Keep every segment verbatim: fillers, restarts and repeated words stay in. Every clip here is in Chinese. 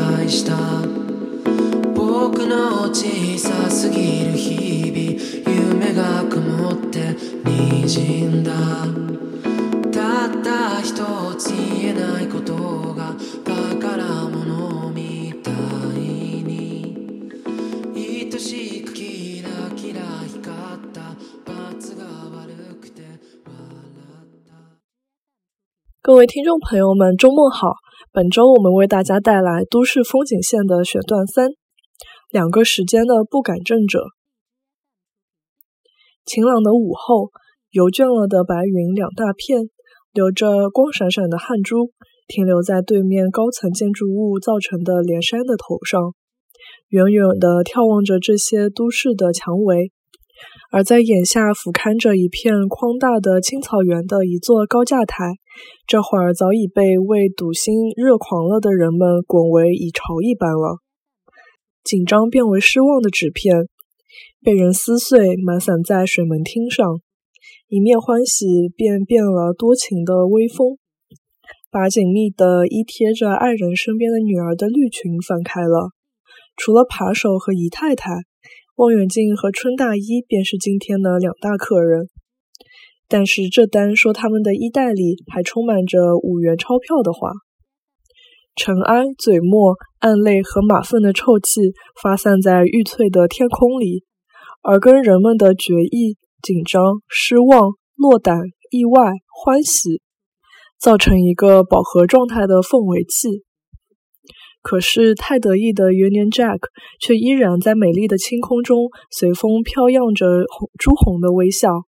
配した僕の小さすぎる日々夢が曇って滲んだたった一つ言えないことが宝物みたいに愛しくキラキラ光った罰が悪くて笑った各位听众朋友们，周末好！本周我们为大家带来都市风景线的选段三，两个时间的不改正者。晴朗的午后，油倦了的白云两大片，留着光闪闪的汗珠，停留在对面高层建筑物造成的连山的头上，远远地眺望着这些都市的蔷薇。而在眼下俯瞰着一片宽大的青草原的一座高架台，这会儿早已被为赌心热狂了的人们滚为蚁巢一般了。紧张变为失望的纸片，被人撕碎满散在水门汀上，一面欢喜便变了多情的微风，把紧密地依贴着爱人身边的女儿的绿裙翻开了。除了扒手和姨太太，望远镜和春大衣便是今天的两大客人。但是这单说他们的衣袋里还充满着五元钞票的话。尘埃、嘴沫、暗泪和马粪的臭气发散在郁翠的天空里，而跟人们的决意、紧张、失望、落胆、意外、欢喜造成一个饱和状态的氛围器。可是太得意的 Union Jack 却依然在美丽的青空中随风飘扬着红朱红的微笑。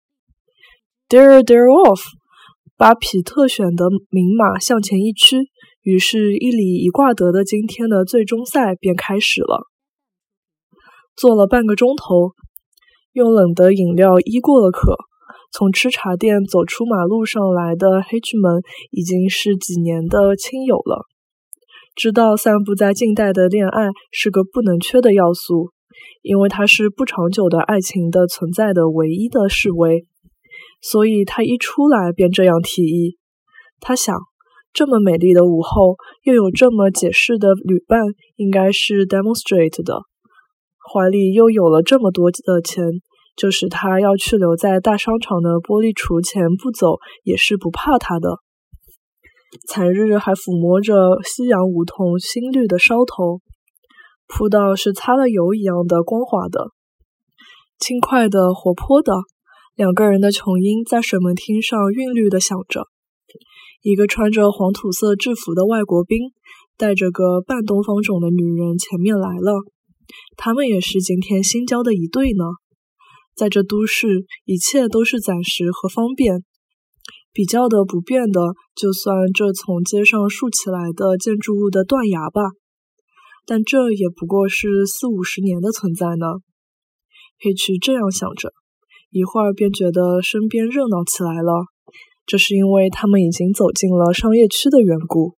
They're they're off， 把匹特选的名马向前一驱，于是一里一挂得的今天的最终赛便开始了。坐了半个钟头，用冷的饮料医过了渴，从吃茶店走出马路上来的黑巨们已经是几年的亲友了，知道散布在近代的恋爱是个不能缺的要素，因为它是不长久的爱情的存在的唯一的示威。所以他一出来便这样提议。他想，这么美丽的午后，又有这么解释的旅伴，应该是 demonstrate 的，怀里又有了这么多的钱，就使他要去留在大商场的玻璃橱前不走，也是不怕他的。残日还抚摸着夕阳梧桐新绿的梢头，铺到是擦了油一样的光滑的，轻快的，活泼的。两个人的琼音在水门汀上韵律地响着。一个穿着黄土色制服的外国兵带着个半东方种的女人前面来了，他们也是今天新交的一对呢。在这都市，一切都是暂时和方便，比较的不变的，就算这从街上竖起来的建筑物的断崖吧，但这也不过是四五十年的存在呢。黑曲这样想着，一会儿便觉得身边热闹起来了，这是因为他们已经走进了商业区的缘故。